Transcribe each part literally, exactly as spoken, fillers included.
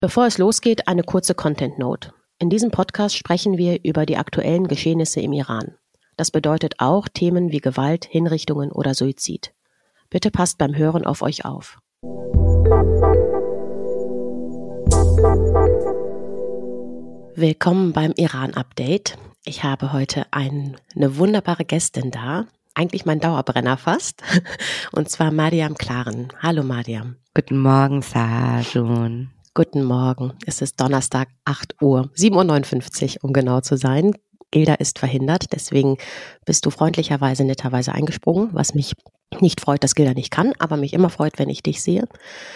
Bevor es losgeht, eine kurze Content Note. In diesem Podcast sprechen wir über die aktuellen Geschehnisse im Iran. Das bedeutet auch Themen wie Gewalt, Hinrichtungen oder Suizid. Bitte passt beim Hören auf euch auf. Willkommen beim Iran-Update. Ich habe heute ein, eine wunderbare Gästin da. Eigentlich mein Dauerbrenner fast. Und zwar Mariam Klaren. Hallo Mariam. Guten Morgen, Sahajun. Guten Morgen. Es ist Donnerstag, acht Uhr, sieben Uhr neunundfünfzig, um genau zu sein. Gilda ist verhindert, deswegen bist du freundlicherweise, netterweise eingesprungen, was mich nicht freut, dass Gilda nicht kann, aber mich immer freut, wenn ich dich sehe.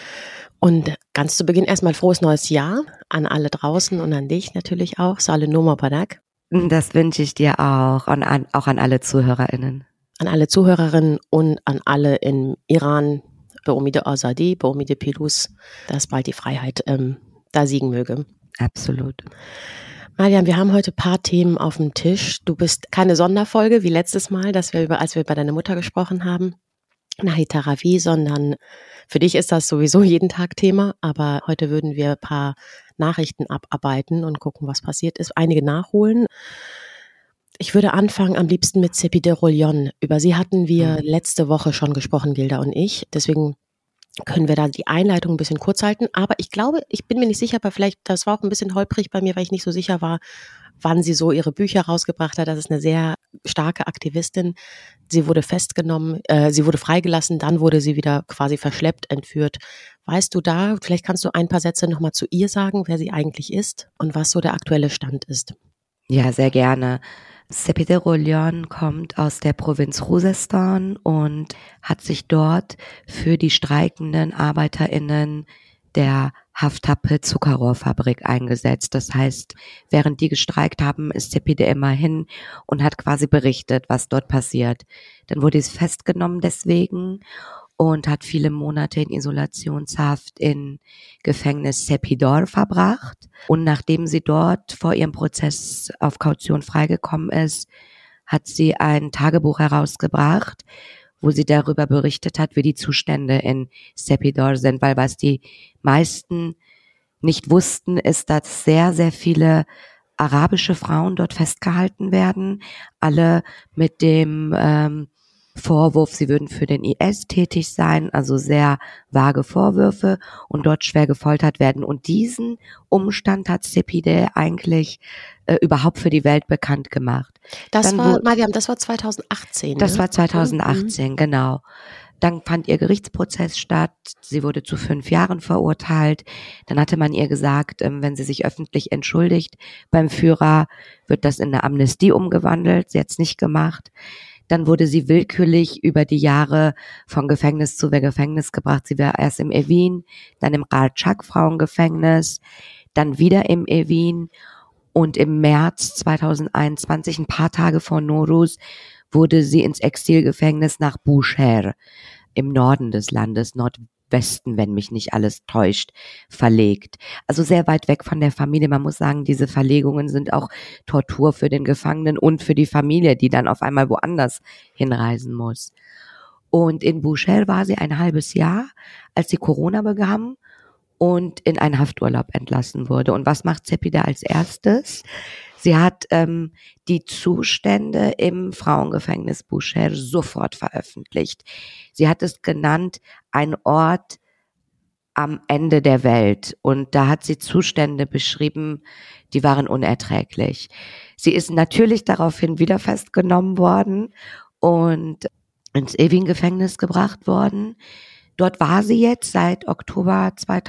Und ganz zu Beginn erstmal frohes neues Jahr an alle draußen und an dich natürlich auch. Saleh Mubarak. Das wünsche ich dir auch und an, auch an alle ZuhörerInnen. An alle Zuhörerinnen und an alle im Iran. Beumide Azadi, Beumide Pilus, dass bald die Freiheit ähm, da siegen möge. Absolut. Mariam, wir haben heute ein paar Themen auf dem Tisch. Du bist keine Sonderfolge wie letztes Mal, dass wir über, als wir bei deiner Mutter gesprochen haben, Nahi Tarawi, sondern für dich ist das sowieso jeden Tag Thema, aber heute würden wir ein paar Nachrichten abarbeiten und gucken, was passiert ist. Einige nachholen. Ich würde anfangen am liebsten mit Sepideh Rolyon. Über sie hatten wir letzte Woche schon gesprochen, Gilda und ich. Deswegen können wir da die Einleitung ein bisschen kurz halten. Aber ich glaube, ich bin mir nicht sicher, aber vielleicht, das war auch ein bisschen holprig bei mir, weil ich nicht so sicher war, wann sie so ihre Bücher rausgebracht hat. Das ist eine sehr starke Aktivistin. Sie wurde festgenommen, äh, sie wurde freigelassen, dann wurde sie wieder quasi verschleppt, entführt. Weißt du da, vielleicht kannst du ein paar Sätze nochmal zu ihr sagen, wer sie eigentlich ist und was so der aktuelle Stand ist. Ja, sehr gerne. Sepideh Rolyon kommt aus der Provinz Khuzestan und hat sich dort für die streikenden ArbeiterInnen der Haftape Zuckerrohrfabrik eingesetzt. Das heißt, während die gestreikt haben, ist Sepideh immer hin und hat quasi berichtet, was dort passiert. Dann wurde sie festgenommen deswegen und hat viele Monate in Isolationshaft in Gefängnis Sepideh verbracht. Und nachdem sie dort vor ihrem Prozess auf Kaution freigekommen ist, hat sie ein Tagebuch herausgebracht, wo sie darüber berichtet hat, wie die Zustände in Sepideh sind, weil was die meisten nicht wussten, ist, dass sehr, sehr viele arabische Frauen dort festgehalten werden, alle mit dem ähm, Vorwurf, sie würden für den I S tätig sein, also sehr vage Vorwürfe und dort schwer gefoltert werden. Und diesen Umstand hat Sepideh eigentlich äh, überhaupt für die Welt bekannt gemacht. Das Dann war, wo, Mariam, das war zweitausendachtzehn. Das ne? war zweitausendachtzehn, Mhm. genau. Dann fand ihr Gerichtsprozess statt. Sie wurde zu fünf Jahren verurteilt. Dann hatte man ihr gesagt, wenn sie sich öffentlich entschuldigt beim Führer, wird das in eine Amnestie umgewandelt. Sie hat es nicht gemacht. Dann wurde sie willkürlich über die Jahre von Gefängnis zu Gefängnis gebracht. Sie war erst im Evin, dann im Qarabağ-Frauengefängnis, dann wieder im Evin und im März zweitausendeinundzwanzig, ein paar Tage vor Nowruz, wurde sie ins Exilgefängnis nach Bushehr im Norden des Landes, Nordwesten, wenn mich nicht alles täuscht, verlegt. Also sehr weit weg von der Familie. Man muss sagen, diese Verlegungen sind auch Tortur für den Gefangenen und für die Familie, die dann auf einmal woanders hinreisen muss. Und in Bushehr war sie ein halbes Jahr, als die Corona begann und in einen Hafturlaub entlassen wurde. Und was macht Sepideh als erstes? Sie hat ähm, die Zustände im Frauengefängnis Bushehr sofort veröffentlicht. Sie hat es genannt, ein Ort am Ende der Welt. Und da hat sie Zustände beschrieben, die waren unerträglich. Sie ist natürlich daraufhin wieder festgenommen worden und ins Evin-Gefängnis gebracht worden. Dort war sie jetzt seit Oktober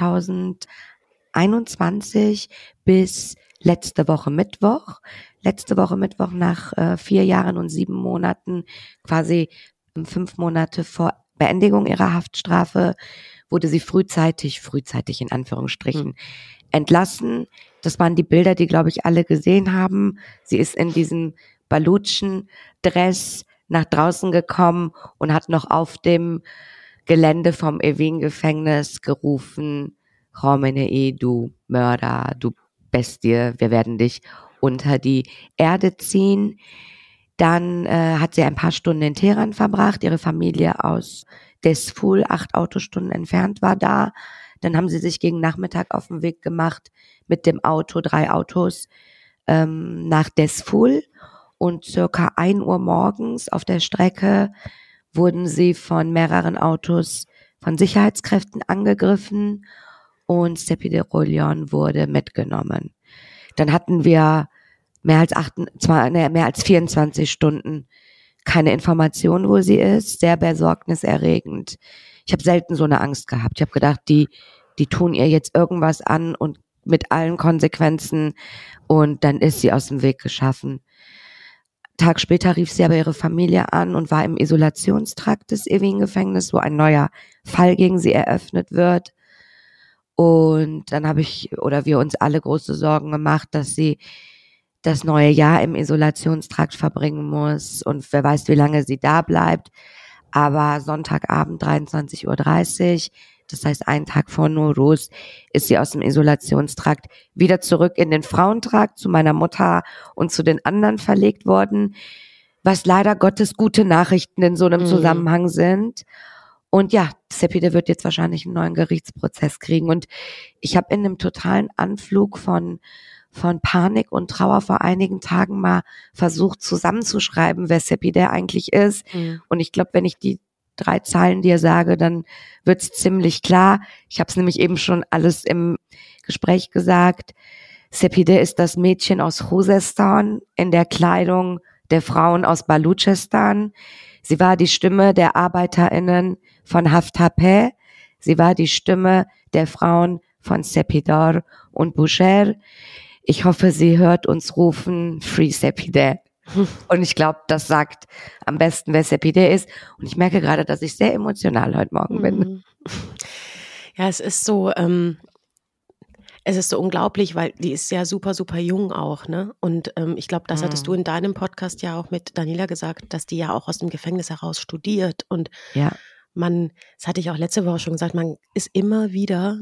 zweitausendeinundzwanzig bis letzte Woche Mittwoch. Letzte Woche Mittwoch nach äh, vier Jahren und sieben Monaten, quasi fünf Monate vor Beendigung ihrer Haftstrafe, wurde sie frühzeitig, frühzeitig in Anführungsstrichen, mhm. entlassen. Das waren die Bilder, die, glaube ich, alle gesehen haben. Sie ist in diesem Balutschen-Dress nach draußen gekommen und hat noch auf dem Gelände vom Evin-Gefängnis gerufen, Khomeini, du Mörder, du Bestie, wir werden dich unter die Erde ziehen. Dann äh, hat sie ein paar Stunden in Teheran verbracht. Ihre Familie aus Desful, acht Autostunden entfernt, war da. Dann haben sie sich gegen Nachmittag auf den Weg gemacht mit dem Auto, drei Autos, ähm, nach Desful. Und circa ein Uhr morgens auf der Strecke wurden sie von mehreren Autos von Sicherheitskräften angegriffen und Sepideh Rolyon wurde mitgenommen. Dann hatten wir mehr als acht, zwar, nee, mehr als vierundzwanzig Stunden keine Information, wo sie ist, sehr besorgniserregend. Ich habe selten so eine Angst gehabt. Ich habe gedacht, die, die tun ihr jetzt irgendwas an und mit allen Konsequenzen und dann ist sie aus dem Weg geschaffen. Tag später rief sie aber ihre Familie an und war im Isolationstrakt des Evin-Gefängnisses, wo ein neuer Fall gegen sie eröffnet wird. Und dann habe ich oder wir uns alle große Sorgen gemacht, dass sie das neue Jahr im Isolationstrakt verbringen muss und wer weiß, wie lange sie da bleibt. Aber Sonntagabend dreiundzwanzig Uhr dreißig, das heißt einen Tag vor Nowruz, ist sie aus dem Isolationstrakt wieder zurück in den Frauentrakt zu meiner Mutter und zu den anderen verlegt worden, was leider Gottes gute Nachrichten in so einem mhm. Zusammenhang sind. Und ja, Sepideh wird jetzt wahrscheinlich einen neuen Gerichtsprozess kriegen. Und ich habe in einem totalen Anflug von von Panik und Trauer vor einigen Tagen mal versucht zusammenzuschreiben, wer Sepideh eigentlich ist. Mhm. Und ich glaube, wenn ich die drei Zeilen dir sage, dann wird's ziemlich klar. Ich habe es nämlich eben schon alles im Gespräch gesagt. Sepideh ist das Mädchen aus Khuzestan in der Kleidung der Frauen aus Baluchistan. Sie war die Stimme der ArbeiterInnen von Haftapeh. Sie war die Stimme der Frauen von Sepideh und Bushehr. Ich hoffe, sie hört uns rufen, Free Sepideh. Und ich glaube, das sagt am besten, wer Sepideh ist. Und ich merke gerade, dass ich sehr emotional heute Morgen bin. Ja, es ist so, ähm, es ist so unglaublich, weil die ist ja super, super jung auch, ne? Und ähm, ich glaube, das hattest du in deinem Podcast ja auch mit Daniela gesagt, dass die ja auch aus dem Gefängnis heraus studiert. Und ja. man, das hatte ich auch letzte Woche schon gesagt, man ist immer wieder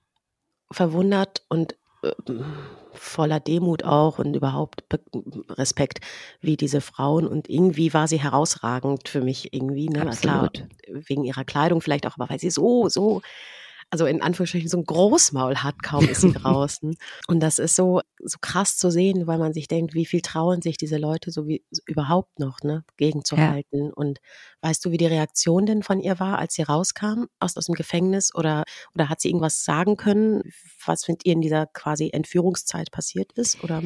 verwundert und äh, voller Demut auch und überhaupt Respekt, wie diese Frauen, und irgendwie war sie herausragend für mich irgendwie, ne? Absolut. Klar, wegen ihrer Kleidung vielleicht auch, aber weil sie so, so, also in Anführungsstrichen so ein Großmaul hat, kaum ist sie draußen. Und das ist so, so krass zu sehen, weil man sich denkt, wie viel trauen sich diese Leute so wie so überhaupt noch, ne, gegenzuhalten. Ja. Und weißt du, wie die Reaktion denn von ihr war, als sie rauskam aus, aus dem Gefängnis, oder, oder hat sie irgendwas sagen können, was mit ihr in dieser quasi Entführungszeit passiert ist, oder?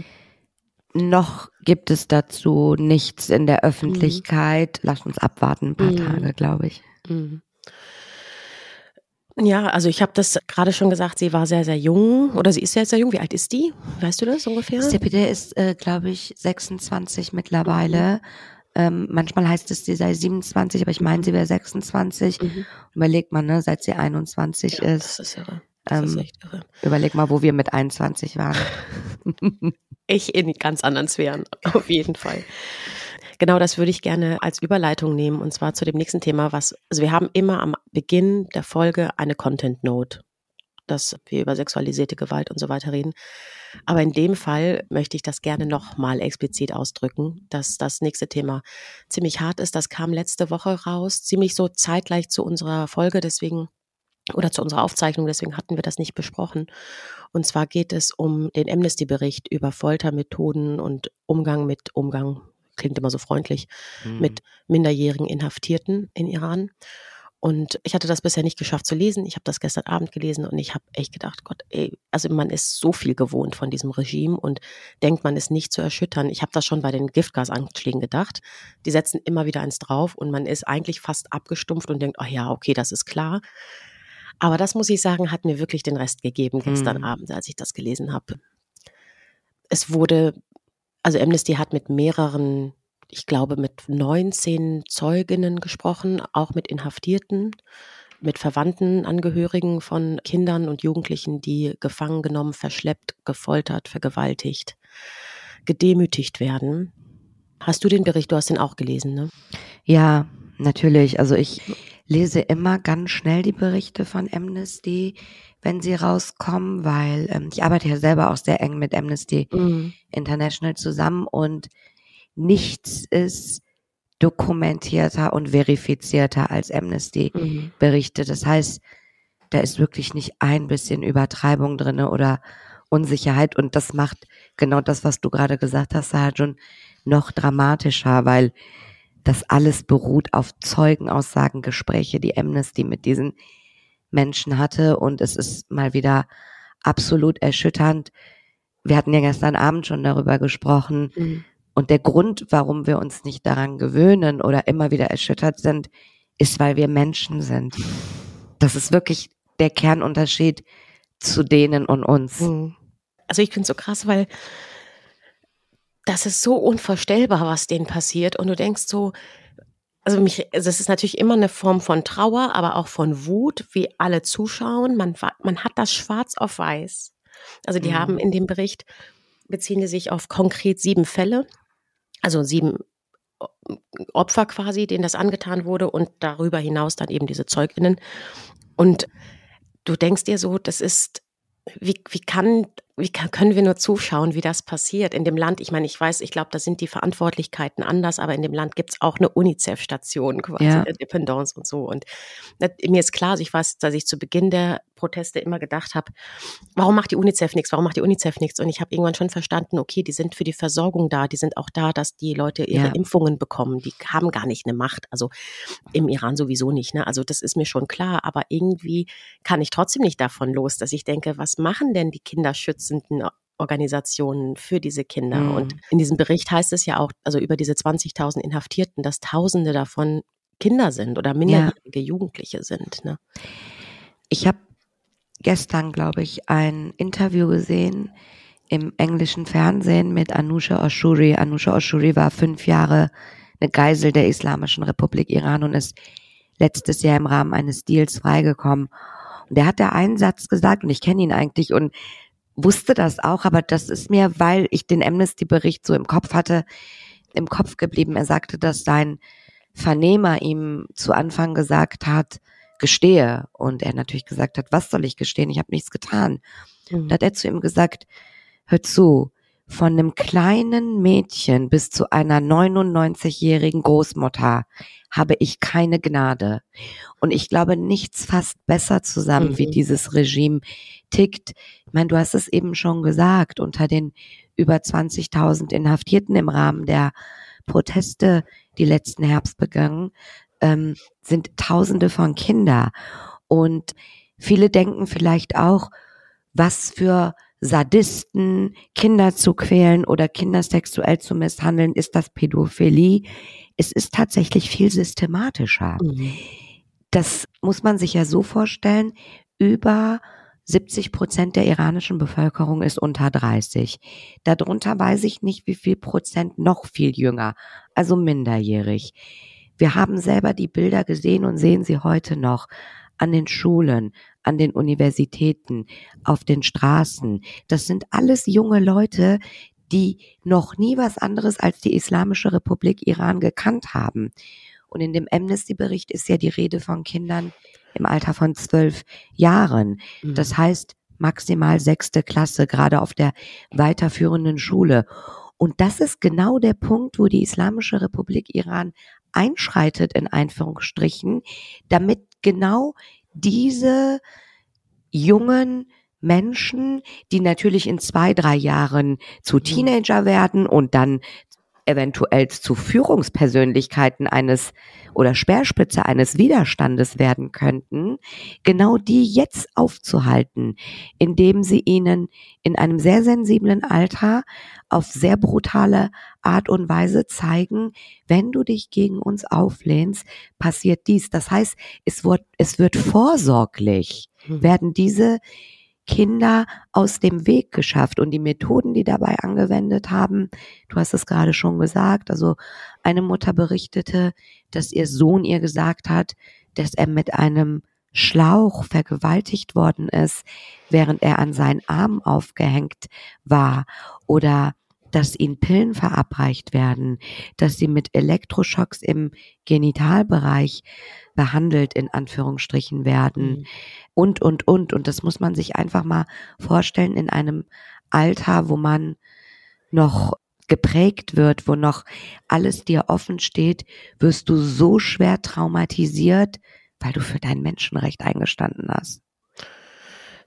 Noch gibt es dazu nichts in der Öffentlichkeit. Mhm. Lass uns abwarten, ein paar mhm. Tage, glaube ich. Mhm. Ja, also ich habe das gerade schon gesagt, sie war sehr, sehr jung, oder sie ist sehr, sehr jung. Wie alt ist die? Weißt du das ungefähr? Sepideh ist, äh, glaube ich, sechsundzwanzig mittlerweile. Mhm. Ähm, manchmal heißt es, sie sei siebenundzwanzig, aber ich meine, sie wäre sechsundzwanzig. Mhm. Überleg mal, ne, seit sie einundzwanzig ja, ist. Das ist irre. Das ähm, ist echt irre. Überleg mal, wo wir mit einundzwanzig waren. Ich in ganz anderen Sphären, auf jeden Fall. Genau, das würde ich gerne als Überleitung nehmen, und zwar zu dem nächsten Thema, was, also wir haben immer am Beginn der Folge eine Content Note, dass wir über sexualisierte Gewalt und so weiter reden. Aber in dem Fall möchte ich das gerne nochmal explizit ausdrücken, dass das nächste Thema ziemlich hart ist. Das kam letzte Woche raus, ziemlich so zeitgleich zu unserer Folge, deswegen, oder zu unserer Aufzeichnung, deswegen hatten wir das nicht besprochen. Und zwar geht es um den Amnesty-Bericht über Foltermethoden und Umgang mit Umgang, klingt immer so freundlich, mhm. mit minderjährigen Inhaftierten in Iran. Und ich hatte das bisher nicht geschafft zu lesen. Ich habe das gestern Abend gelesen und ich habe echt gedacht, Gott, ey, also man ist so viel gewohnt von diesem Regime und denkt, man ist nicht zu erschüttern. Ich habe das schon bei den Giftgasanschlägen gedacht. Die setzen immer wieder eins drauf und man ist eigentlich fast abgestumpft und denkt, ach ja, okay, das ist klar. Aber das, muss ich sagen, hat mir wirklich den Rest gegeben gestern mhm. Abend, als ich das gelesen habe. Es wurde, also Amnesty hat mit mehreren, ich glaube mit neunzehn Zeuginnen gesprochen, auch mit Inhaftierten, mit Verwandten, Angehörigen von Kindern und Jugendlichen, die gefangen genommen, verschleppt, gefoltert, vergewaltigt, gedemütigt werden. Hast du den Bericht, du hast den auch gelesen, ne? Ja, natürlich. Also ich lese immer ganz schnell die Berichte von Amnesty, wenn sie rauskommen, weil ähm, ich arbeite ja selber auch sehr eng mit Amnesty mhm. International zusammen und nichts ist dokumentierter und verifizierter als Amnesty-Berichte. Mhm. Das heißt, da ist wirklich nicht ein bisschen Übertreibung drinne oder Unsicherheit. Und das macht genau das, was du gerade gesagt hast, Sarah, noch dramatischer, weil das alles beruht auf Zeugenaussagen, Gespräche, die Amnesty mit diesen Menschen hatte. Und es ist mal wieder absolut erschütternd. Wir hatten ja gestern Abend schon darüber gesprochen. Mhm. Und der Grund, warum wir uns nicht daran gewöhnen oder immer wieder erschüttert sind, ist, weil wir Menschen sind. Das ist wirklich der Kernunterschied zu denen und uns. Mhm. Also ich finde es so krass, weil das ist so unvorstellbar, was denen passiert. Und du denkst so, also mich, also es ist natürlich immer eine Form von Trauer, aber auch von Wut, wie alle zuschauen. Man, man hat das schwarz auf weiß. Also die Mhm. haben in dem Bericht, beziehen die sich auf konkret sieben Fälle, also sieben Opfer quasi, denen das angetan wurde und darüber hinaus dann eben diese ZeugInnen. Und du denkst dir so, das ist, wie, wie kann, wie kann, können wir nur zuschauen, wie das passiert in dem Land? Ich meine, ich weiß, ich glaube, da sind die Verantwortlichkeiten anders, aber in dem Land gibt es auch eine UNICEF-Station quasi, Ja. der Dependance und so. Und das, mir ist klar, also ich weiß, dass ich zu Beginn der Proteste immer gedacht habe, warum macht die UNICEF nichts, warum macht die UNICEF nichts? Und ich habe irgendwann schon verstanden, okay, die sind für die Versorgung da, die sind auch da, dass die Leute ihre Ja. Impfungen bekommen, die haben gar nicht eine Macht, also im Iran sowieso nicht, ne? Also das ist mir schon klar, aber irgendwie kann ich trotzdem nicht davon los, dass ich denke, was machen denn die kinderschützenden Organisationen für diese Kinder? Mhm. Und in diesem Bericht heißt es ja auch, also über diese zwanzigtausend Inhaftierten, dass Tausende davon Kinder sind oder minderjährige ja. Jugendliche sind, ne? Ich habe gestern, glaube ich, ein Interview gesehen im englischen Fernsehen mit Anousheh Oshuri. Anousheh Oshuri war fünf Jahre eine Geisel der Islamischen Republik Iran und ist letztes Jahr im Rahmen eines Deals freigekommen. Und der hat da einen Satz gesagt, und ich kenne ihn eigentlich und wusste das auch, aber das ist mir, weil ich den Amnesty-Bericht so im Kopf hatte, im Kopf geblieben. Er sagte, dass sein Vernehmer ihm zu Anfang gesagt hat, gestehe. Und er natürlich gesagt hat, was soll ich gestehen? Ich habe nichts getan. Mhm. Da hat er zu ihm gesagt, hör zu, von einem kleinen Mädchen bis zu einer neunundneunzigjährigen Großmutter habe ich keine Gnade. Und ich glaube, nichts fasst besser zusammen, mhm. wie dieses Regime tickt. Ich meine, du hast es eben schon gesagt, unter den über zwanzigtausend Inhaftierten im Rahmen der Proteste, die letzten Herbst begangen, ähm, sind Tausende von Kindern. Und viele denken vielleicht auch, was für Sadisten, Kinder zu quälen oder Kinder sexuell zu misshandeln, ist das Pädophilie. Es ist tatsächlich viel systematischer. Mhm. Das muss man sich ja so vorstellen, über siebzig Prozent der iranischen Bevölkerung ist unter dreißig. Darunter weiß ich nicht, wie viel Prozent noch viel jünger, also minderjährig. Wir haben selber die Bilder gesehen und sehen sie heute noch an den Schulen, an den Universitäten, auf den Straßen. Das sind alles junge Leute, die noch nie was anderes als die Islamische Republik Iran gekannt haben. Und in dem Amnesty-Bericht ist ja die Rede von Kindern im Alter von zwölf Jahren. Mhm. Das heißt maximal sechste Klasse, gerade auf der weiterführenden Schule. Und das ist genau der Punkt, wo die Islamische Republik Iran einschreitet, in Anführungsstrichen, damit genau diese jungen Menschen, die natürlich in zwei, drei Jahren zu Teenager werden und dann eventuell zu Führungspersönlichkeiten eines oder Speerspitze eines Widerstandes werden könnten, genau die jetzt aufzuhalten, indem sie ihnen in einem sehr sensiblen Alter auf sehr brutale Art und Weise zeigen, wenn du dich gegen uns auflehnst, passiert dies. Das heißt, es wird, es wird vorsorglich, hm. werden diese Kinder aus dem Weg geschafft und die Methoden, die dabei angewendet haben, du hast es gerade schon gesagt, also eine Mutter berichtete, dass ihr Sohn ihr gesagt hat, dass er mit einem Schlauch vergewaltigt worden ist, während er an seinen Arm aufgehängt war, oder dass ihnen Pillen verabreicht werden, dass sie mit Elektroschocks im Genitalbereich behandelt, in Anführungsstrichen, werden. Mhm. Und, und, und. Und das muss man sich einfach mal vorstellen in einem Alter, wo man noch geprägt wird, wo noch alles dir offen steht, wirst du so schwer traumatisiert, weil du für dein Menschenrecht eingestanden hast.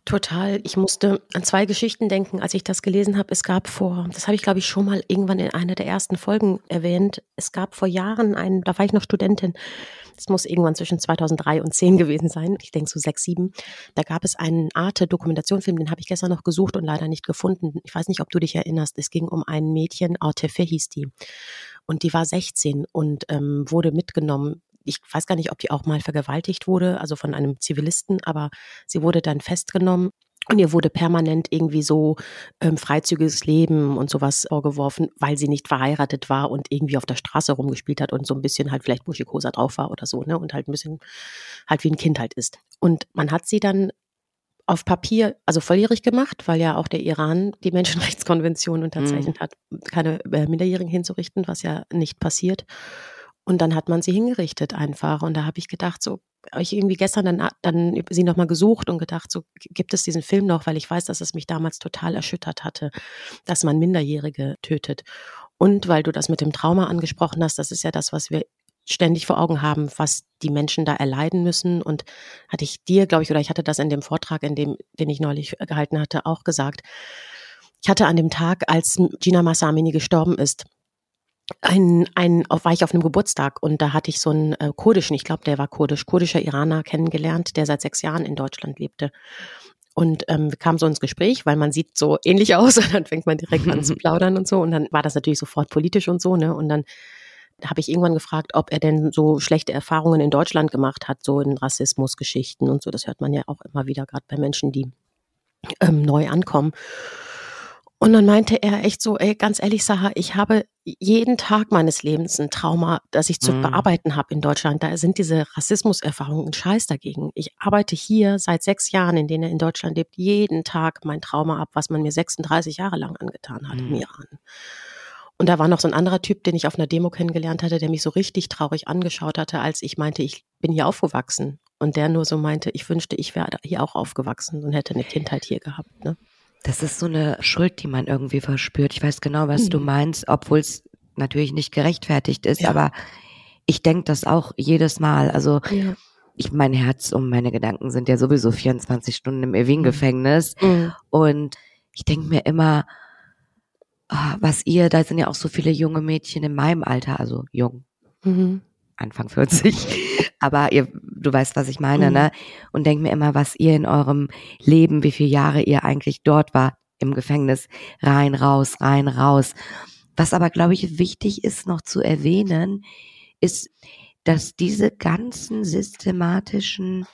Total. Ich musste an zwei Geschichten denken, als ich das gelesen habe. Es gab vor, das habe ich glaube ich schon mal irgendwann in einer der ersten Folgen erwähnt. Es gab vor Jahren einen, da war ich noch Studentin. Das muss irgendwann zwischen zweitausenddrei und zehn gewesen sein. Ich denke so sechs, sieben. Da gab es einen Arte-Dokumentationsfilm, den habe ich gestern noch gesucht und leider nicht gefunden. Ich weiß nicht, ob du dich erinnerst. Es ging um ein Mädchen, Atefe hieß die. Und die war sechzehn und ähm, wurde mitgenommen. Ich weiß gar nicht, ob die auch mal vergewaltigt wurde, also von einem Zivilisten, aber sie wurde dann festgenommen und ihr wurde permanent irgendwie so ähm, freizügiges Leben und sowas vorgeworfen, weil sie nicht verheiratet war und irgendwie auf der Straße rumgespielt hat und so ein bisschen halt vielleicht Buschikosa drauf war oder so, ne, und halt ein bisschen halt wie ein Kind halt ist. Und man hat sie dann auf Papier, also volljährig gemacht, weil ja auch der Iran die Menschenrechtskonvention unterzeichnet hat, keine äh, Minderjährigen hinzurichten, was ja nicht passiert. Und dann hat man sie hingerichtet einfach. Und da habe ich gedacht, so, habe ich irgendwie gestern dann, dann sie nochmal gesucht und gedacht, so, gibt es diesen Film noch? Weil ich weiß, dass es mich damals total erschüttert hatte, dass man Minderjährige tötet. Und weil du das mit dem Trauma angesprochen hast, das ist ja das, was wir ständig vor Augen haben, was die Menschen da erleiden müssen. Und hatte ich dir, glaube ich, oder ich hatte das in dem Vortrag, in dem, den ich neulich gehalten hatte, auch gesagt. Ich hatte an dem Tag, als Gina Mahsa Amini gestorben ist, ein, ein, auf, war ich auf einem Geburtstag und da hatte ich so einen äh, kurdischen, ich glaube, der war kurdisch, kurdischer Iraner kennengelernt, der seit sechs Jahren in Deutschland lebte. Und ähm, wir kamen so ins Gespräch, weil man sieht so ähnlich aus und dann fängt man direkt an zu plaudern und so. Und dann war das natürlich sofort politisch und so, ne? Und dann habe ich irgendwann gefragt, ob er denn so schlechte Erfahrungen in Deutschland gemacht hat, so in Rassismusgeschichten und so. Das hört man ja auch immer wieder, gerade bei Menschen, die ähm, neu ankommen. Und dann meinte er echt so, ey, ganz ehrlich, Sahar, ich habe jeden Tag meines Lebens ein Trauma, das ich zu mm. bearbeiten habe in Deutschland. Da sind diese Rassismuserfahrungen ein Scheiß dagegen. Ich arbeite hier seit sechs Jahren, in denen er in Deutschland lebt, jeden Tag mein Trauma ab, was man mir sechsunddreißig Jahre lang angetan hat mm. im Iran. Und da war noch so ein anderer Typ, den ich auf einer Demo kennengelernt hatte, der mich so richtig traurig angeschaut hatte, als ich meinte, ich bin hier aufgewachsen. Und der nur so meinte, ich wünschte, ich wäre hier auch aufgewachsen und hätte eine Kindheit hier gehabt, ne? Das ist so eine Schuld, die man irgendwie verspürt. Ich weiß genau, was mhm. du meinst, obwohl es natürlich nicht gerechtfertigt ist, ja. aber ich denke das auch jedes Mal. Also ja. ich, mein Herz und meine Gedanken sind ja sowieso vierundzwanzig Stunden im Evin-Gefängnis mhm. und ich denke mir immer, oh, was ihr, da sind ja auch so viele junge Mädchen in meinem Alter, also jung, mhm. Anfang vierzig, aber ihr, du weißt, was ich meine, mhm. ne? Und denkt mir immer, was ihr in eurem Leben, wie viele Jahre ihr eigentlich dort war im Gefängnis, rein, raus, rein, raus. Was aber, glaube ich, wichtig ist noch zu erwähnen, ist, dass diese ganzen systematischen,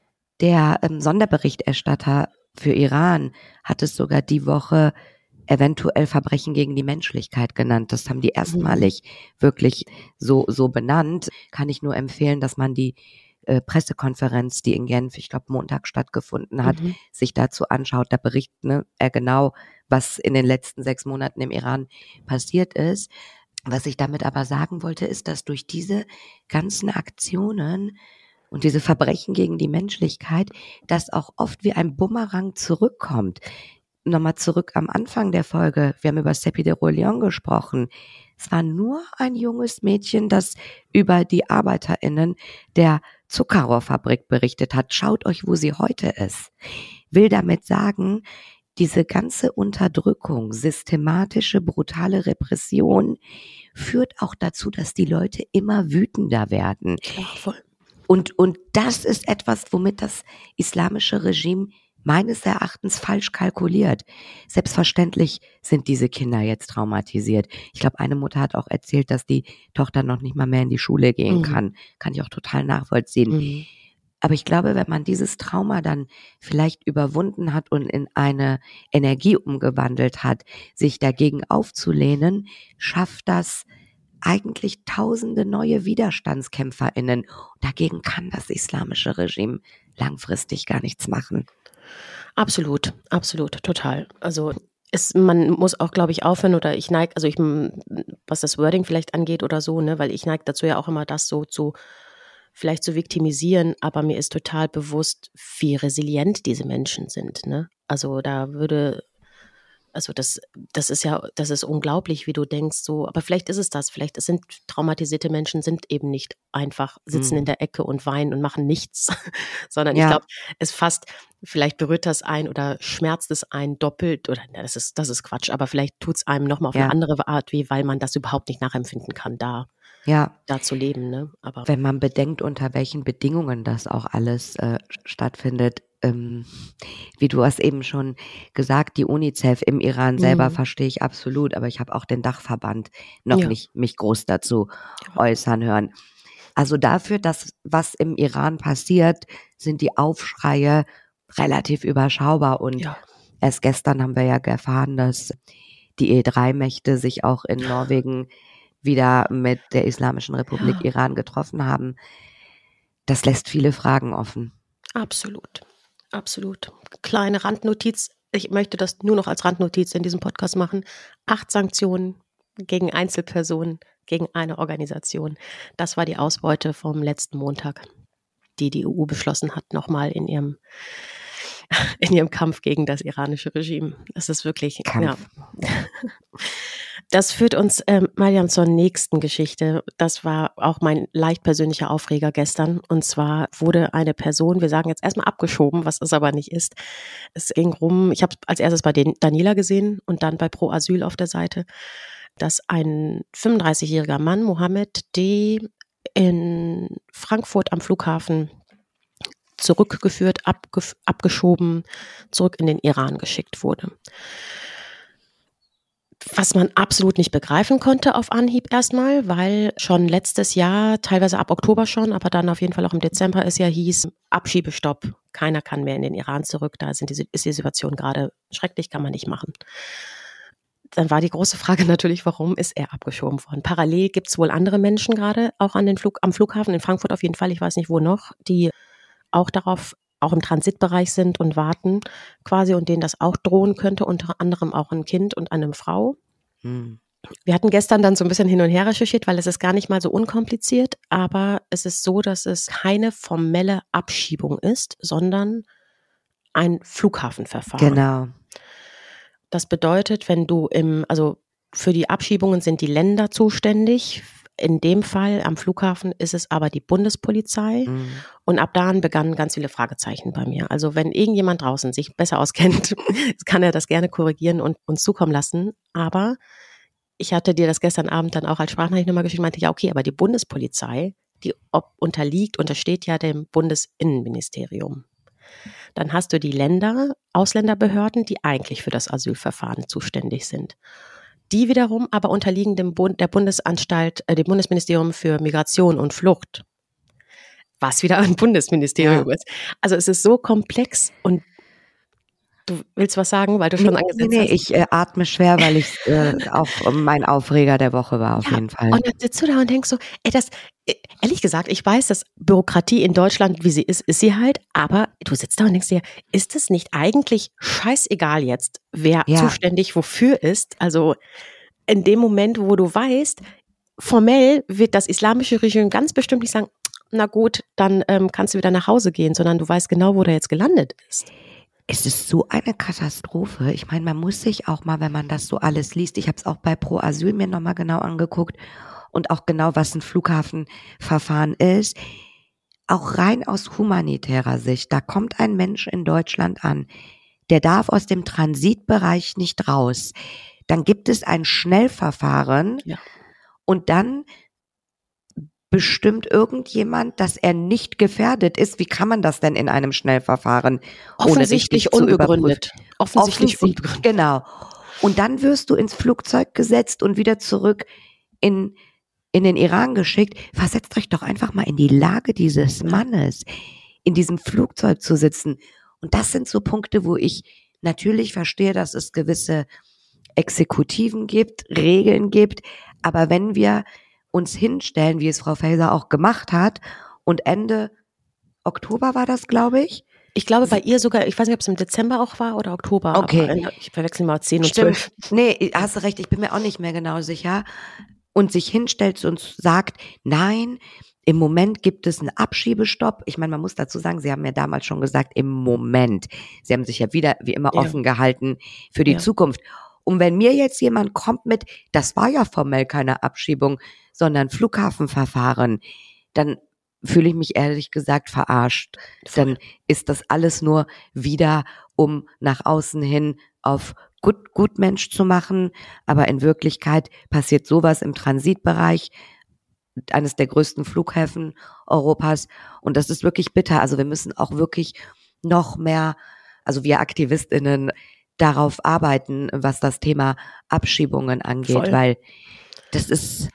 der ähm, Sonderberichterstatter für Iran hat es sogar die Woche eventuell Verbrechen gegen die Menschlichkeit genannt. Das haben die erstmalig mhm. wirklich so so benannt. Kann ich nur empfehlen, dass man die äh, Pressekonferenz, die in Genf, ich glaube Montag stattgefunden hat, mhm. sich dazu anschaut. Da berichtet ne, er genau, was in den letzten sechs Monaten im Iran passiert ist. Was ich damit aber sagen wollte, ist, dass durch diese ganzen Aktionen und diese Verbrechen gegen die Menschlichkeit, das auch oft wie ein Bumerang zurückkommt. Nochmal zurück am Anfang der Folge. Wir haben über Seppi de Rollion gesprochen. Es war nur ein junges Mädchen, das über die ArbeiterInnen der Zuckerrohrfabrik berichtet hat. Schaut euch, wo sie heute ist. Will damit sagen, diese ganze Unterdrückung, systematische, brutale Repression führt auch dazu, dass die Leute immer wütender werden. Ja, voll. Und, und das ist etwas, womit das islamische Regime meines Erachtens falsch kalkuliert. Selbstverständlich sind diese Kinder jetzt traumatisiert. Ich glaube, eine Mutter hat auch erzählt, dass die Tochter noch nicht mal mehr in die Schule gehen mhm. kann. Kann ich auch total nachvollziehen. Mhm. Aber ich glaube, wenn man dieses Trauma dann vielleicht überwunden hat und in eine Energie umgewandelt hat, sich dagegen aufzulehnen, schafft das eigentlich tausende neue WiderstandskämpferInnen. Dagegen kann das islamische Regime langfristig gar nichts machen. Absolut, absolut, total. Also es, man muss auch, glaube ich, aufhören oder ich neige, also ich, was das Wording vielleicht angeht oder so, ne, weil ich neige dazu ja auch immer, das so zu, vielleicht zu viktimisieren, aber mir ist total bewusst, wie resilient diese Menschen sind, ne. Also da würde Also das, das ist ja, das ist unglaublich, wie du denkst, so, aber vielleicht ist es das, vielleicht sind traumatisierte Menschen sind eben nicht einfach, sitzen Mhm. in der Ecke und weinen und machen nichts, sondern ich Ja. glaube, es fast, vielleicht berührt das einen oder schmerzt es einen doppelt oder na, das ist, das ist Quatsch, aber vielleicht tut es einem nochmal auf Ja. eine andere Art weh, weil man das überhaupt nicht nachempfinden kann, da, Ja. da zu leben, ne? Aber Wenn man bedenkt, unter welchen Bedingungen das auch alles äh, stattfindet, ähm, wie du hast eben schon gesagt, die UNICEF im Iran selber Mhm. verstehe ich absolut, aber ich habe auch den Dachverband noch Ja. nicht mich groß dazu Ja. äußern hören. Also dafür, dass was im Iran passiert, sind die Aufschreie relativ überschaubar und Ja. erst gestern haben wir ja erfahren, dass die E drei Mächte sich auch in Norwegen wieder mit der Islamischen Republik Ja. Iran getroffen haben. Das lässt viele Fragen offen. Absolut, absolut. Kleine Randnotiz, ich möchte das nur noch als Randnotiz in diesem Podcast machen. Acht Sanktionen gegen Einzelpersonen, gegen eine Organisation. Das war die Ausbeute vom letzten Montag, die die E U beschlossen hat, nochmal in ihrem, in ihrem Kampf gegen das iranische Regime. Das ist wirklich, Kampf. ja. Das führt uns, ähm, Mariam, zur nächsten Geschichte. Das war auch mein leicht persönlicher Aufreger gestern. Und zwar wurde eine Person, wir sagen jetzt erstmal abgeschoben, was es aber nicht ist. Es ging rum, ich habe als erstes bei den Daniela gesehen und dann bei Pro Asyl auf der Seite, dass ein fünfunddreißigjähriger Mann, Mohammed D., in Frankfurt am Flughafen zurückgeführt, abge- abgeschoben, zurück in den Iran geschickt wurde. Was man absolut nicht begreifen konnte auf Anhieb erstmal, weil schon letztes Jahr, teilweise ab Oktober schon, aber dann auf jeden Fall auch im Dezember es ja hieß, Abschiebestopp, keiner kann mehr in den Iran zurück, da sind die, ist die Situation gerade schrecklich, kann man nicht machen. Dann war die große Frage natürlich, warum ist er abgeschoben worden? Parallel gibt es wohl andere Menschen gerade, auch an den Flug, am Flughafen in Frankfurt auf jeden Fall, ich weiß nicht wo noch, die auch darauf, auch im Transitbereich sind und warten quasi und denen das auch drohen könnte, unter anderem auch ein Kind und eine Frau. Hm. Wir hatten gestern dann so ein bisschen hin und her recherchiert, weil es ist gar nicht mal so unkompliziert, aber es ist so, dass es keine formelle Abschiebung ist, sondern ein Flughafenverfahren. Genau. Das bedeutet, wenn du im, also für die Abschiebungen sind die Länder zuständig. In dem Fall am Flughafen ist es aber die Bundespolizei. Mhm. Und ab da an begannen ganz viele Fragezeichen bei mir. Also wenn irgendjemand draußen sich besser auskennt, kann er das gerne korrigieren und uns zukommen lassen. Aber ich hatte dir das gestern Abend dann auch als Sprachnachricht nochmal geschickt, meinte, ja okay, aber die Bundespolizei, die ob, unterliegt, untersteht ja dem Bundesinnenministerium. Dann hast du die Länder, Ausländerbehörden, die eigentlich für das Asylverfahren zuständig sind. Die wiederum aber unterliegen dem Bund, der Bundesanstalt, äh, dem Bundesministerium für Migration und Flucht, was wieder ein Bundesministerium Ja. ist. Also es ist so komplex und du willst was sagen, weil du schon Nee, angesetzt nee, nee, hast? ich äh, atme schwer, weil ich äh, auch mein Aufreger der Woche war auf Ja, jeden Fall. und dann sitzt du da und denkst so, ey, das, ehrlich gesagt, ich weiß, dass Bürokratie in Deutschland, wie sie ist, ist sie halt, aber du sitzt da und denkst dir, ist es nicht eigentlich scheißegal jetzt, wer Ja. zuständig wofür ist? Also in dem Moment, wo du weißt, formell wird das islamische Regime ganz bestimmt nicht sagen, na gut, dann ähm, kannst du wieder nach Hause gehen, sondern du weißt genau, wo der jetzt gelandet ist. Es ist so eine Katastrophe. Ich meine, man muss sich auch mal, wenn man das so alles liest, ich habe es auch bei Pro Asyl mir nochmal genau angeguckt und auch genau, was ein Flughafenverfahren ist. Auch rein aus humanitärer Sicht, da kommt ein Mensch in Deutschland an, der darf aus dem Transitbereich nicht raus. Dann gibt es ein Schnellverfahren Ja. und dann bestimmt irgendjemand, dass er nicht gefährdet ist. Wie kann man das denn in einem Schnellverfahren ohne richtig zu unbegründet. überprüfen? Offensichtlich Offensichtlich, unbegründet. genau. Und dann wirst du ins Flugzeug gesetzt und wieder zurück in, in den Iran geschickt. Versetzt euch doch einfach mal in die Lage dieses Mannes, in diesem Flugzeug zu sitzen. Und das sind so Punkte, wo ich natürlich verstehe, dass es gewisse Exekutiven gibt, Regeln gibt. Aber wenn wir uns hinstellen, wie es Frau Faeser auch gemacht hat, und Ende Oktober war das, glaube ich. Ich glaube bei ihr sogar, ich weiß nicht, ob es im Dezember auch war oder Oktober. Okay. Aber ich verwechsel mal zehn und Stimmt. zwölf. Nee, hast du recht, ich bin mir auch nicht mehr genau sicher. Und sich hinstellt und sagt, nein, Im Moment gibt es einen Abschiebestopp. Ich meine, man muss dazu sagen, Sie haben ja damals schon gesagt, im Moment. Sie haben sich ja wieder, wie immer, Ja. offen gehalten für die Ja. Zukunft. Und wenn mir jetzt jemand kommt mit, das war ja formell keine Abschiebung, sondern Flughafenverfahren, dann fühle ich mich ehrlich gesagt verarscht. Dann ist das alles nur wieder, um nach außen hin auf gut, gut Mensch zu machen. Aber in Wirklichkeit passiert sowas im Transitbereich eines der größten Flughäfen Europas. Und das ist wirklich bitter. Also wir müssen auch wirklich noch mehr, also wir AktivistInnen, darauf arbeiten, was das Thema Abschiebungen angeht, Voll. weil das ist,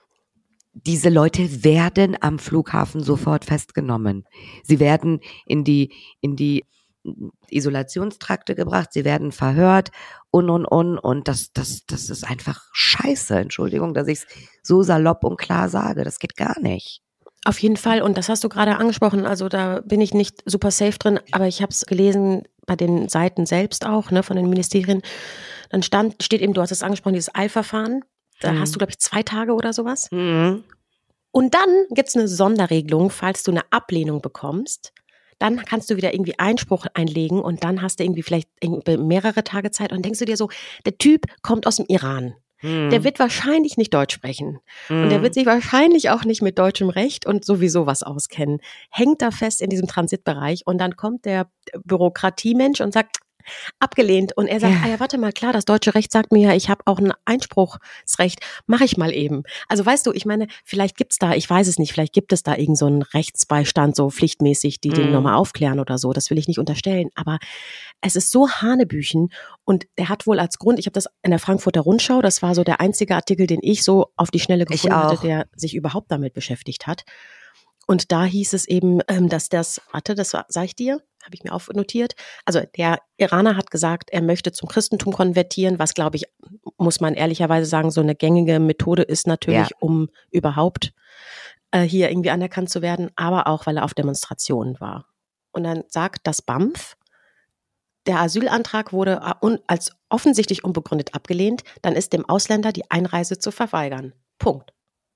diese Leute werden am Flughafen sofort festgenommen. Sie werden in die, in die Isolationstrakte gebracht, sie werden verhört und, und, und, und das, das, das ist einfach scheiße. Entschuldigung, dass ich es so salopp und klar sage. Das geht gar nicht. Auf jeden Fall. Und das hast du gerade angesprochen. Also da bin ich nicht super safe drin, aber ich habe es gelesen bei den Seiten selbst auch, ne, von den Ministerien. Dann stand, steht eben, du hast es angesprochen, dieses Eilverfahren. Da Mhm. hast du, glaube ich, zwei Tage oder sowas. Mhm. Und dann gibt's eine Sonderregelung, falls du eine Ablehnung bekommst. Dann kannst du wieder irgendwie Einspruch einlegen und dann hast du irgendwie vielleicht irgendwie mehrere Tage Zeit und denkst du dir so, der Typ kommt aus dem Iran. Mhm. Der wird wahrscheinlich nicht Deutsch sprechen. Mhm. Und der wird sich wahrscheinlich auch nicht mit deutschem Recht und sowieso was auskennen. Hängt da fest in diesem Transitbereich und dann kommt der Bürokratiemensch und sagt, abgelehnt. Und er sagt, Ja. ah ja, warte mal, klar, das deutsche Recht sagt mir ja, ich habe auch ein Einspruchsrecht. Mache ich mal eben. Also weißt du, ich meine, vielleicht gibt's da, ich weiß es nicht, vielleicht gibt es da irgend so einen Rechtsbeistand, so pflichtmäßig, die den Mhm. nochmal aufklären oder so. Das will ich nicht unterstellen. Aber es ist so Hanebüchen. Und er hat wohl als Grund, ich habe das in der Frankfurter Rundschau, das war so der einzige Artikel, den ich so auf die Schnelle Ich gefunden hatte, auch. der sich überhaupt damit beschäftigt hat. Und da hieß es eben, ähm, dass das, warte, das war, sag ich dir, habe ich mir aufnotiert. Also der Iraner hat gesagt, er möchte zum Christentum konvertieren, was, glaube ich, muss man ehrlicherweise sagen, so eine gängige Methode ist natürlich, Ja. um überhaupt äh, hier irgendwie anerkannt zu werden, aber auch, weil er auf Demonstrationen war. Und dann sagt das B A M F, der Asylantrag wurde un- als offensichtlich unbegründet abgelehnt, dann ist dem Ausländer die Einreise zu verweigern. Punkt.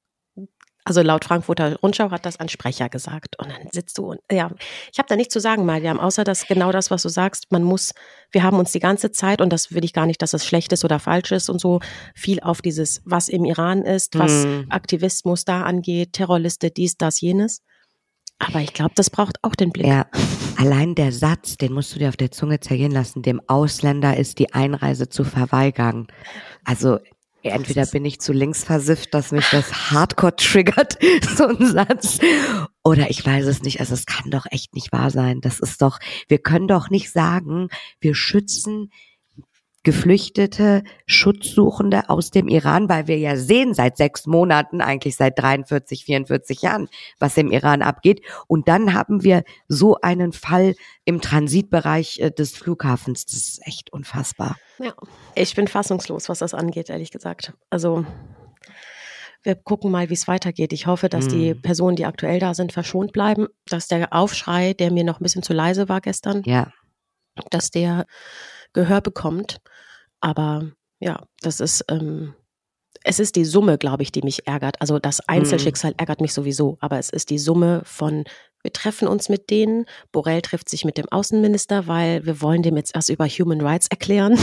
Also laut Frankfurter Rundschau hat das ein Sprecher gesagt. Und dann sitzt du und, ja, ich habe da nichts zu sagen, Mariam, außer dass genau das, was du sagst, man muss, wir haben uns die ganze Zeit, und das will ich gar nicht, dass es schlecht ist oder falsch ist und so, viel auf dieses, was im Iran ist, was Mhm. Aktivismus da angeht, Terrorliste, dies, das, jenes. Aber ich glaube, das braucht auch den Blick. Ja, allein der Satz, den musst du dir auf der Zunge zergehen lassen, dem Ausländer ist die Einreise zu verweigern. Also entweder bin ich zu links versifft, dass mich das hardcore triggert, so ein Satz, oder ich weiß es nicht. Also es kann doch echt nicht wahr sein. Das ist doch, wir können doch nicht sagen, wir schützen Geflüchtete, Schutzsuchende aus dem Iran, weil wir ja sehen seit sechs Monaten, eigentlich seit dreiundvierzig, vierundvierzig Jahren, was im Iran abgeht. Und dann haben wir so einen Fall im Transitbereich äh, des Flughafens. Das ist echt unfassbar. Ja, ich bin fassungslos, was das angeht, ehrlich gesagt. Also wir gucken mal, wie es weitergeht. Ich hoffe, dass die Hm. Personen, die aktuell da sind, verschont bleiben, dass der Aufschrei, der mir noch ein bisschen zu leise war gestern, Ja, dass der Gehör bekommt. Aber ja, das ist, ähm, es ist die Summe, glaube ich, die mich ärgert. Also das Einzelschicksal ärgert mich sowieso, aber es ist die Summe von, wir treffen uns mit denen, Borrell trifft sich mit dem Außenminister, weil wir wollen dem jetzt erst über Human Rights erklären.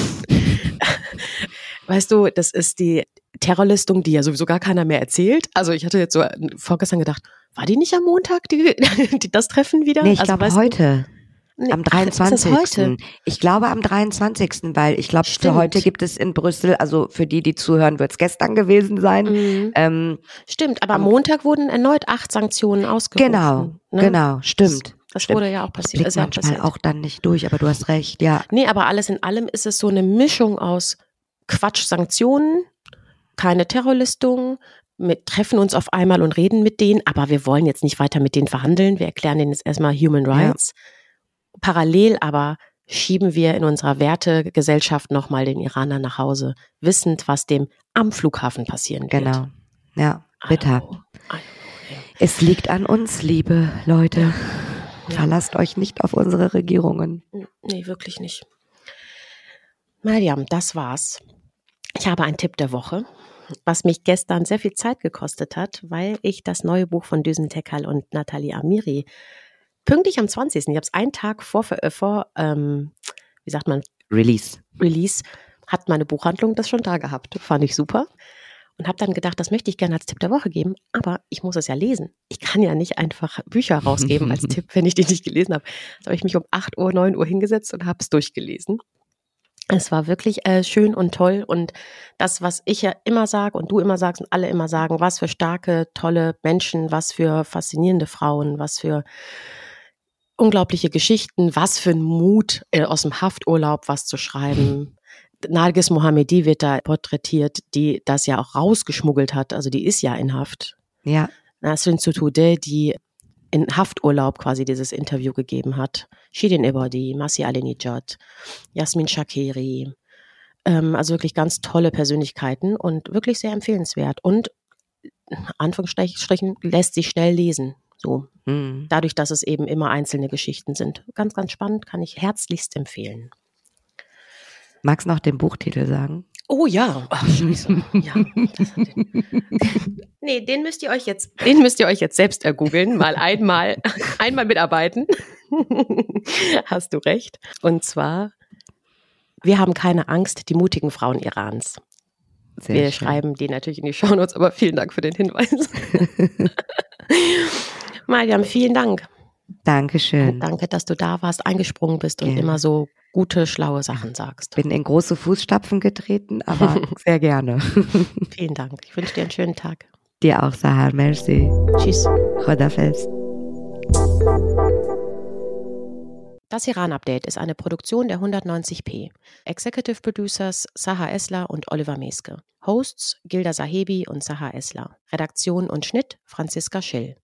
Weißt du, das ist die Terrorlistung, die ja sowieso gar keiner mehr erzählt. Also ich hatte jetzt so vorgestern gedacht, war die nicht am Montag, die, die das Treffen wieder? nee, ich also, glaube weißt du, heute. nee, Am ach, ist das dreiundzwanzigsten heute? Ich glaube am dreiundzwanzigsten weil ich glaube, für Stimmt. heute gibt es in Brüssel, also für die, die zuhören, wird es gestern gewesen sein. Mhm. Ähm, Stimmt, aber am am- Montag wurden erneut acht Sanktionen ausgerufen. genau, ne? genau, stimmt. Das stimmt. wurde ja auch Ich passiert. blick Ist ja auch manchmal passiert. auch dann nicht durch, aber du hast recht, ja. Nee, aber alles in allem ist es so eine Mischung aus Quatsch-Sanktionen, keine Terrorlistung, mit treffen uns auf einmal und reden mit denen, aber wir wollen jetzt nicht weiter mit denen verhandeln. Wir erklären denen jetzt erstmal Human Rights. Parallel aber schieben wir in unserer Wertegesellschaft nochmal den Iraner nach Hause, wissend, was dem am Flughafen passieren wird. Genau. Ja, bitter. I don't know. I don't know, ja. Es liegt an uns, liebe Leute. Ja. Verlasst euch nicht auf unsere Regierungen. Nee, wirklich nicht. Mariam, das war's. Ich habe einen Tipp der Woche. was mich gestern sehr viel Zeit gekostet hat, weil ich das neue Buch von Düsen Tekkal und Nathalie Amiri pünktlich am zwanzigsten Ich habe es einen Tag vor, äh, vor ähm, wie sagt man? Release. Release, hat meine Buchhandlung das schon da gehabt. Fand ich super. Und habe dann gedacht, das möchte ich gerne als Tipp der Woche geben, aber ich muss es ja lesen. Ich kann ja nicht einfach Bücher rausgeben als Tipp, wenn ich die nicht gelesen habe. Da habe ich mich um acht Uhr, neun Uhr hingesetzt und habe es durchgelesen. Es war wirklich äh, schön und toll und das, was ich ja immer sage und du immer sagst und alle immer sagen, was für starke, tolle Menschen, was für faszinierende Frauen, was für unglaubliche Geschichten, was für ein Mut, äh, aus dem Hafturlaub was zu schreiben. Nargis Mohammedi wird da porträtiert, die das ja auch rausgeschmuggelt hat, also die ist ja in Haft. Ja. Nasrin Sotoudeh, die in Hafturlaub quasi dieses Interview gegeben hat. Shirin Ebadi, Masih Alinejad, Yasmin Shakeri, ähm, also wirklich ganz tolle Persönlichkeiten und wirklich sehr empfehlenswert. Und Anführungsstrichen lässt sich schnell lesen. So. Mhm. Dadurch, dass es eben immer einzelne Geschichten sind. Ganz, ganz spannend, kann ich herzlichst empfehlen. Magst du noch den Buchtitel sagen? Oh ja, ach, scheiße. Ja. Nee, den müsst ihr euch jetzt, den müsst ihr euch jetzt selbst ergoogeln, mal einmal, einmal mitarbeiten. Hast du recht. Und zwar, wir haben keine Angst, die mutigen Frauen Irans. Sehr wir schön. Schreiben die natürlich in die Shownotes, aber vielen Dank für den Hinweis. Mariam, vielen Dank. Dankeschön. Danke, dass du da warst, eingesprungen bist und ja. immer so gute, schlaue Sachen sagst. Bin in große Fußstapfen getreten, aber sehr gerne. Vielen Dank. Ich wünsche dir einen schönen Tag. Dir auch, Sahar. Merci. Tschüss. Khodafez. Das Iran-Update ist eine Produktion der hundertneunzig p. Executive Producers Sahar Esler und Oliver Meske. Hosts Gilda Sahebi und Sahar Esler. Redaktion und Schnitt Franziska Schill.